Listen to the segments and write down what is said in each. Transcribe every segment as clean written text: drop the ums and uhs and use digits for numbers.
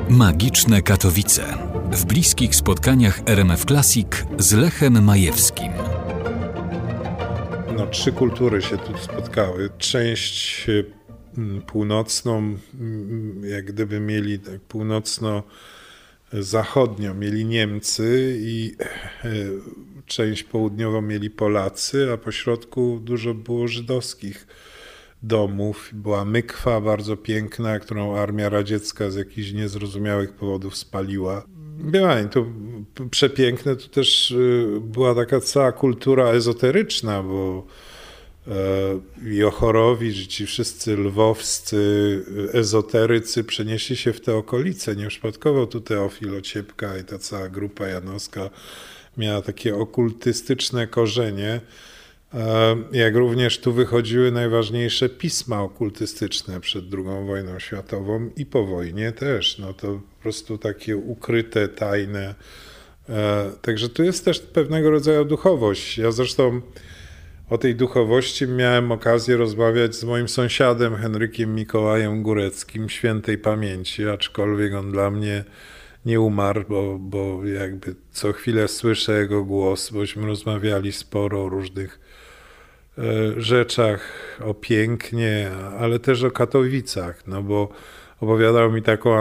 Magiczne Katowice. W bliskich spotkaniach RMF Classic z Lechem Majewskim. Trzy kultury się tu spotkały. Część północną, jak gdyby mieli tak północno-zachodnią mieli Niemcy i część południową mieli Polacy, a po środku dużo było żydowskich domów. Była Mykwa bardzo piękna, którą armia radziecka z jakichś niezrozumiałych powodów spaliła. To przepiękne, to też była taka cała kultura ezoteryczna, bo Jochorowicz i ci wszyscy lwowscy ezoterycy przenieśli się w te okolice. Nieprzypadkowo tu Teofil Ociepka i ta cała grupa janowska miała takie okultystyczne korzenie. Jak również tu wychodziły najważniejsze pisma okultystyczne przed II wojną światową i po wojnie też. To po prostu takie ukryte, tajne. Także tu jest też pewnego rodzaju duchowość. Ja zresztą o tej duchowości miałem okazję rozmawiać z moim sąsiadem Henrykiem Mikołajem Góreckim, świętej pamięci, aczkolwiek on dla mnie nie umarł, bo jakby co chwilę słyszę jego głos, bośmy rozmawiali sporo o różnych rzeczach, o pięknie, ale też o Katowicach, bo opowiadał mi taką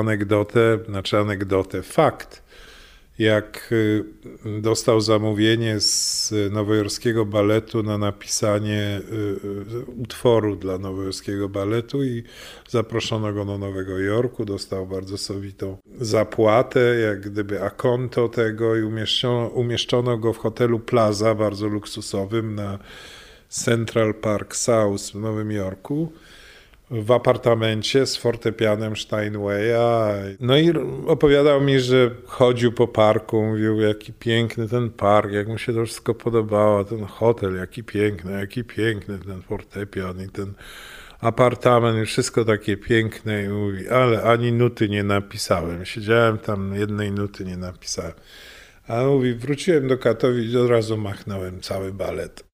fakt, jak dostał zamówienie z nowojorskiego baletu na napisanie utworu dla nowojorskiego baletu i zaproszono go do Nowego Jorku, dostał bardzo sowitą zapłatę, jak gdyby akonto tego i umieszczono go w hotelu Plaza, bardzo luksusowym na Central Park South w Nowym Jorku, w apartamencie z fortepianem Steinwaya. I opowiadał mi, że chodził po parku, mówił, jaki piękny ten park, jak mu się to wszystko podobało, ten hotel, jaki piękny ten fortepian i ten apartament, i wszystko takie piękne. I mówi, ale ani nuty nie napisałem. Siedziałem tam, jednej nuty nie napisałem. A mówi, wróciłem do Katowic i od razu machnąłem cały balet.